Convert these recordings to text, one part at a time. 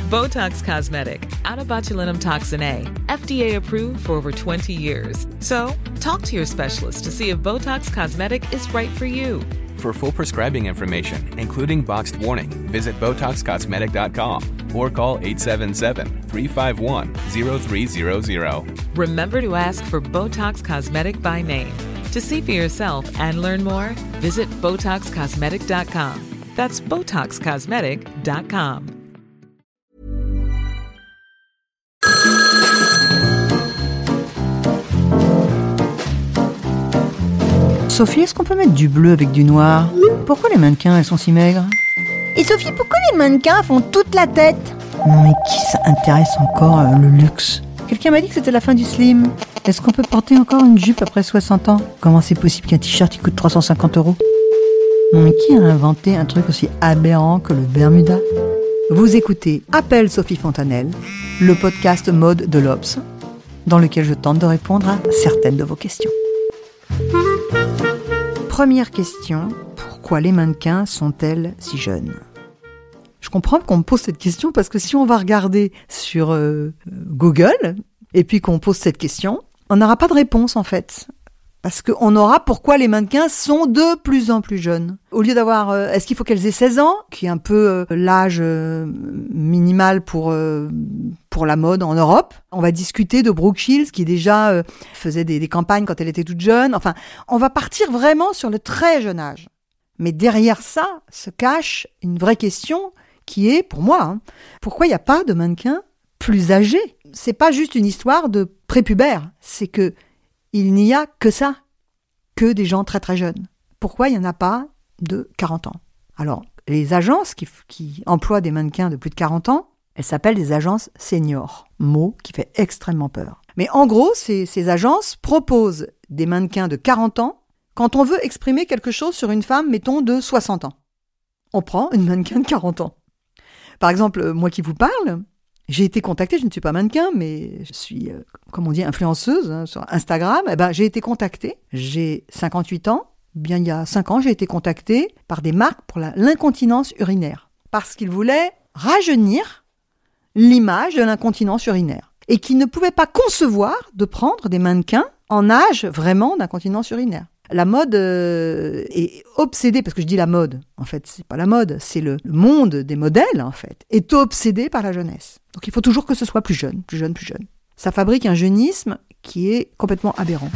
Botox Cosmetic, out of botulinum toxin A, FDA approved for over 20 years. So, talk to your specialist to see if Botox Cosmetic is right for you. For full prescribing information, including boxed warning, visit BotoxCosmetic.com or call 877-351-0300. Remember to ask for Botox Cosmetic by name. To see for yourself and learn more, visit BotoxCosmetic.com. That's BotoxCosmetic.com. Sophie, est-ce qu'on peut mettre du bleu avec du noir ? Pourquoi les mannequins, elles sont si maigres ? Et Sophie, pourquoi les mannequins font toute la tête ? Non mais qui s'intéresse encore le luxe ? Quelqu'un m'a dit que c'était la fin du slim. Est-ce qu'on peut porter encore une jupe après 60 ans ? Comment c'est possible qu'un t-shirt il coûte 350 €? Non mais qui a inventé un truc aussi aberrant que le Bermuda ? Vous écoutez Appel Sophie Fontanelle, le podcast mode de l'Obs, dans lequel je tente de répondre à certaines de vos questions. Première question, pourquoi les mannequins sont-elles si jeunes ? Je comprends qu'on me pose cette question parce que si on va regarder sur Google et puis qu'on pose cette question, on n'aura pas de réponse en fait. Parce qu'on aura pourquoi les mannequins sont de plus en plus jeunes. Au lieu d'avoir, est-ce qu'il faut qu'elles aient 16 ans, qui est un peu l'âge minimal pour la mode en Europe. On va discuter de Brooke Shields, qui déjà faisait des campagnes quand elle était toute jeune. Enfin, on va partir vraiment sur le très jeune âge. Mais derrière ça se cache une vraie question qui est, pour moi, pourquoi il n'y a pas de mannequins plus âgés ? C'est pas juste une histoire de prépubère, c'est que il n'y a que ça, que des gens très très jeunes. Pourquoi il n'y en a pas de 40 ans ? Alors, les agences qui emploient des mannequins de plus de 40 ans, elles s'appellent des agences seniors, mot qui fait extrêmement peur. Mais en gros, ces agences proposent des mannequins de 40 ans quand on veut exprimer quelque chose sur une femme, mettons, de 60 ans. On prend une mannequin de 40 ans. Par exemple, moi qui vous parle, j'ai été contactée, je ne suis pas mannequin, mais je suis, comme on dit, influenceuse sur Instagram. J'ai été contactée, j'ai 58 ans. Bien, il y a 5 ans, j'ai été contactée par des marques pour l'incontinence urinaire. Parce qu'ils voulaient rajeunir l'image de l'incontinence urinaire. Et qu'ils ne pouvaient pas concevoir de prendre des mannequins en âge vraiment d'incontinence urinaire. La mode est obsédée, parce que je dis la mode, en fait, c'est pas la mode, c'est le monde des modèles, en fait, est obsédé par la jeunesse. Donc il faut toujours que ce soit plus jeune, plus jeune, plus jeune. Ça fabrique un jeunisme qui est complètement aberrant.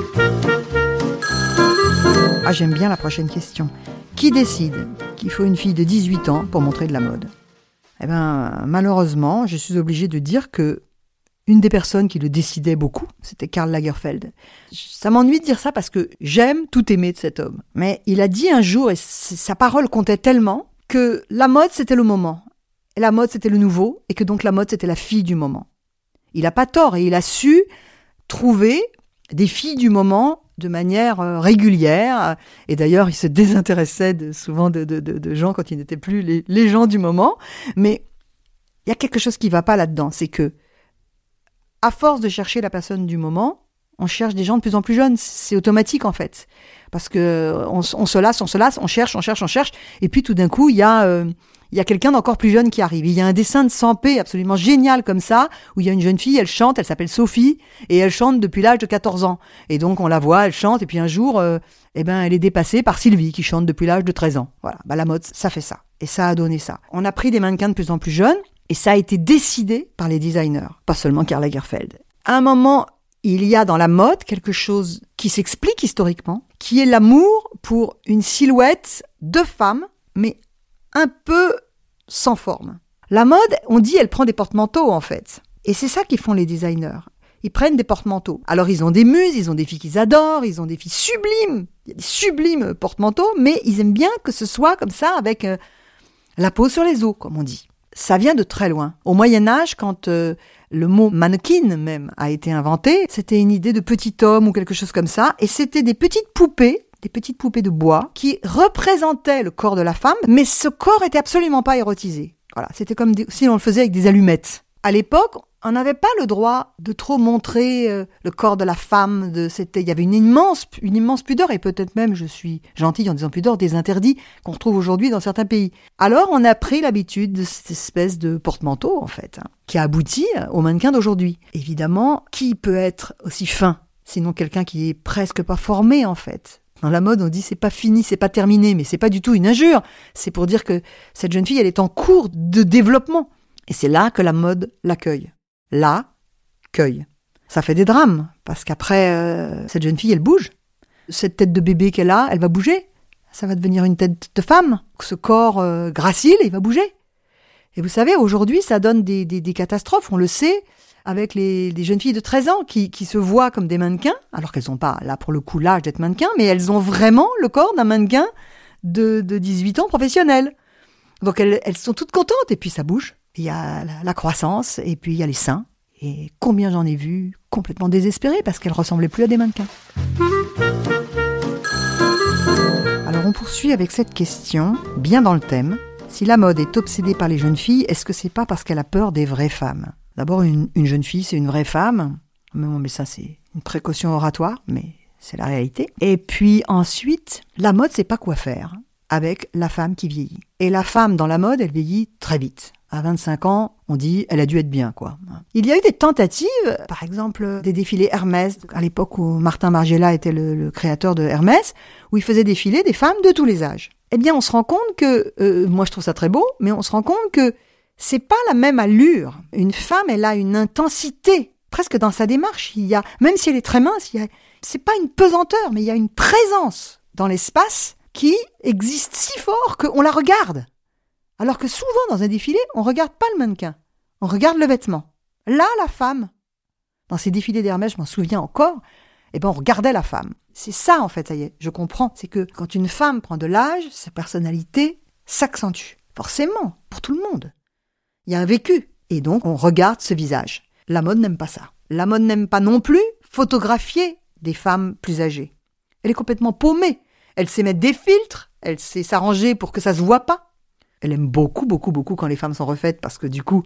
Ah, j'aime bien la prochaine question. Qui décide qu'il faut une fille de 18 ans pour montrer de la mode ? Malheureusement, je suis obligée de dire que une des personnes qui le décidait beaucoup, c'était Karl Lagerfeld. Ça m'ennuie de dire ça parce que j'aime tout aimer de cet homme. Mais il a dit un jour, et sa parole comptait tellement, que la mode c'était le moment, et la mode c'était le nouveau, et que donc la mode c'était la fille du moment. Il n'a pas tort, et il a su trouver des filles du moment de manière régulière. Et d'ailleurs, il se désintéressait souvent de gens quand ils n'étaient plus les gens du moment. Mais il y a quelque chose qui ne va pas là-dedans, c'est que à force de chercher la personne du moment, on cherche des gens de plus en plus jeunes. C'est automatique, en fait. Parce que on se lasse, on cherche. Et puis, tout d'un coup, il y a quelqu'un d'encore plus jeune qui arrive. Il y a un dessin de Sampé absolument génial comme ça, où il y a une jeune fille, elle chante, elle s'appelle Sophie, et elle chante depuis l'âge de 14 ans. Et donc, on la voit, elle chante, et puis un jour, elle est dépassée par Sylvie, qui chante depuis l'âge de 13 ans. Voilà, la mode, ça fait ça. Et ça a donné ça. On a pris des mannequins de plus en plus jeunes, et ça a été décidé par les designers, pas seulement Karl Lagerfeld. À un moment, il y a dans la mode quelque chose qui s'explique historiquement, qui est l'amour pour une silhouette de femme, mais un peu sans forme. La mode, on dit, elle prend des porte-manteaux en fait. Et c'est ça qu'ils font les designers. Ils prennent des porte-manteaux. Alors ils ont des muses, ils ont des filles qu'ils adorent, ils ont des filles sublimes. Il y a des sublimes porte-manteaux, mais ils aiment bien que ce soit comme ça, avec la peau sur les os, comme on dit. Ça vient de très loin. Au Moyen-Âge, quand le mot mannequin même a été inventé, c'était une idée de petit homme ou quelque chose comme ça, et c'était des petites poupées de bois qui représentaient le corps de la femme, mais ce corps était absolument pas érotisé. Voilà, c'était comme si on le faisait avec des allumettes. À l'époque, on n'avait pas le droit de trop montrer le corps de la femme. Il y avait une immense pudeur, et peut-être même, je suis gentille en disant pudeur, des interdits qu'on retrouve aujourd'hui dans certains pays. Alors, on a pris l'habitude de cette espèce de porte-manteau, en fait, qui a abouti au mannequin d'aujourd'hui. Évidemment, qui peut être aussi fin, sinon quelqu'un qui est presque pas formé, en fait. Dans la mode, on dit c'est pas fini, c'est pas terminé, mais c'est pas du tout une injure. C'est pour dire que cette jeune fille, elle est en cours de développement. Et c'est là que la mode l'accueille. L'accueille. Ça fait des drames, parce qu'après, cette jeune fille, elle bouge. Cette tête de bébé qu'elle a, elle va bouger. Ça va devenir une tête de femme. Ce corps gracile, il va bouger. Et vous savez, aujourd'hui, ça donne des catastrophes, on le sait, avec les jeunes filles de 13 ans qui se voient comme des mannequins, alors qu'elles n'ont pas, là, pour le coup, l'âge d'être mannequins, mais elles ont vraiment le corps d'un mannequin de 18 ans professionnel. Donc, elles sont toutes contentes, et puis ça bouge. Il y a la croissance, et puis il y a les seins. Et combien j'en ai vu complètement désespérées parce qu'elles ressemblaient plus à des mannequins. Alors on poursuit avec cette question, bien dans le thème. Si la mode est obsédée par les jeunes filles, est-ce que c'est pas parce qu'elle a peur des vraies femmes ? D'abord, une jeune fille, c'est une vraie femme. Mais ça, c'est une précaution oratoire, mais c'est la réalité. Et puis ensuite, la mode, c'est pas quoi faire avec la femme qui vieillit. Et la femme dans la mode, elle vieillit très vite. À 25 ans, on dit elle a dû être bien, quoi. Il y a eu des tentatives, par exemple des défilés Hermès, à l'époque où Martin Margiela était le créateur de Hermès, où il faisait défiler des femmes de tous les âges. Eh bien, on se rend compte que, moi je trouve ça très beau, mais on se rend compte que c'est pas la même allure. Une femme, elle a une intensité, presque dans sa démarche. Il y a, même si elle est très mince, c'est pas une pesanteur, mais il y a une présence dans l'espace qui existe si fort qu'on la regarde. Alors que souvent, dans un défilé, on ne regarde pas le mannequin, on regarde le vêtement. Là, la femme, dans ces défilés d'Hermès, je m'en souviens encore, on regardait la femme. C'est ça, en fait, ça y est, je comprends. C'est que quand une femme prend de l'âge, sa personnalité s'accentue. Forcément, pour tout le monde. Il y a un vécu. Et donc, on regarde ce visage. La mode n'aime pas ça. La mode n'aime pas non plus photographier des femmes plus âgées. Elle est complètement paumée. Elle sait mettre des filtres, elle sait s'arranger pour que ça se voit pas. Elle aime beaucoup, beaucoup, beaucoup quand les femmes sont refaites parce que du coup,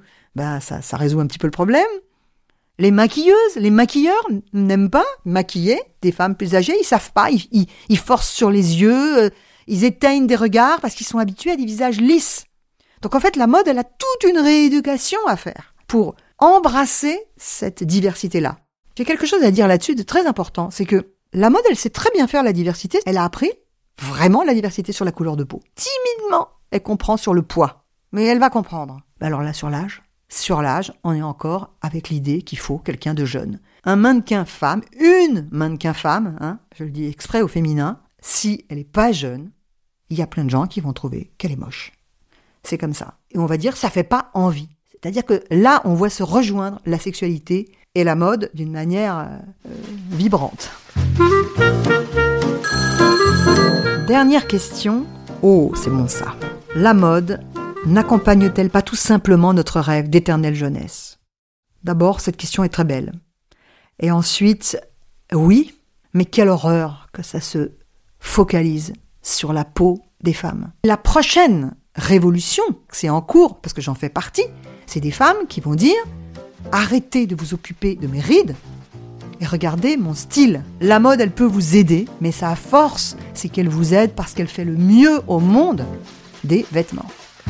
ça résout un petit peu le problème. Les maquilleuses, les maquilleurs n'aiment pas maquiller des femmes plus âgées. Ils savent pas, ils forcent sur les yeux, ils éteignent des regards parce qu'ils sont habitués à des visages lisses. Donc en fait, la mode, elle a toute une rééducation à faire pour embrasser cette diversité-là. J'ai quelque chose à dire là-dessus de très important, c'est que la mode, elle sait très bien faire la diversité. Elle a appris vraiment la diversité sur la couleur de peau. Timidement, elle comprend sur le poids. Mais elle va comprendre. Alors là, sur l'âge, on est encore avec l'idée qu'il faut quelqu'un de jeune. Un mannequin femme, une mannequin femme, je le dis exprès au féminin, si elle n'est pas jeune, il y a plein de gens qui vont trouver qu'elle est moche. C'est comme ça. Et on va dire, ça fait pas envie. C'est-à-dire que là, on voit se rejoindre la sexualité et la mode d'une manière vibrante. Dernière question. Oh, c'est bon ça. La mode n'accompagne-t-elle pas tout simplement notre rêve d'éternelle jeunesse ? D'abord, cette question est très belle. Et ensuite, oui, mais quelle horreur que ça se focalise sur la peau des femmes. La prochaine révolution, c'est en cours, parce que j'en fais partie, c'est des femmes qui vont dire « Arrêtez de vous occuper de mes rides et regardez mon style. La mode, elle peut vous aider, mais sa force, c'est qu'elle vous aide parce qu'elle fait le mieux au monde des vêtements. »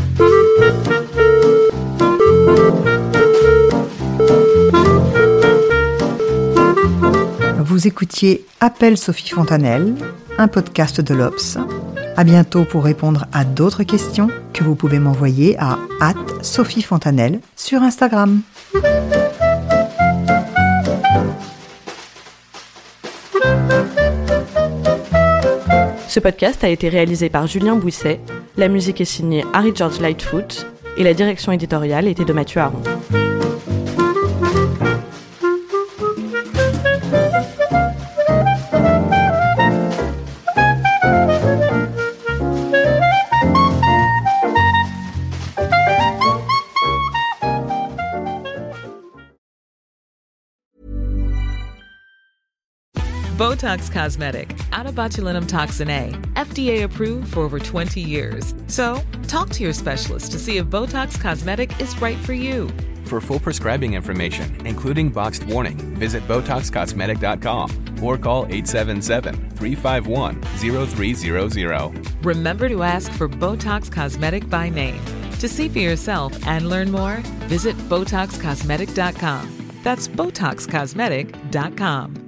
Vous écoutiez Appel Sophie Fontanelle, un podcast de l'Obs. À bientôt pour répondre à d'autres questions que vous pouvez m'envoyer à @sophiefontanelle sur Instagram. Ce podcast a été réalisé par Julien Bouisset, la musique est signée Harry George Lightfoot et la direction éditoriale était de Mathieu Aron. Botox Cosmetic, out of botulinum toxin A, FDA approved for over 20 years. So, talk to your specialist to see if Botox Cosmetic is right for you. For full prescribing information, including boxed warning, visit BotoxCosmetic.com or call 877-351-0300. Remember to ask for Botox Cosmetic by name. To see for yourself and learn more, visit BotoxCosmetic.com. That's BotoxCosmetic.com.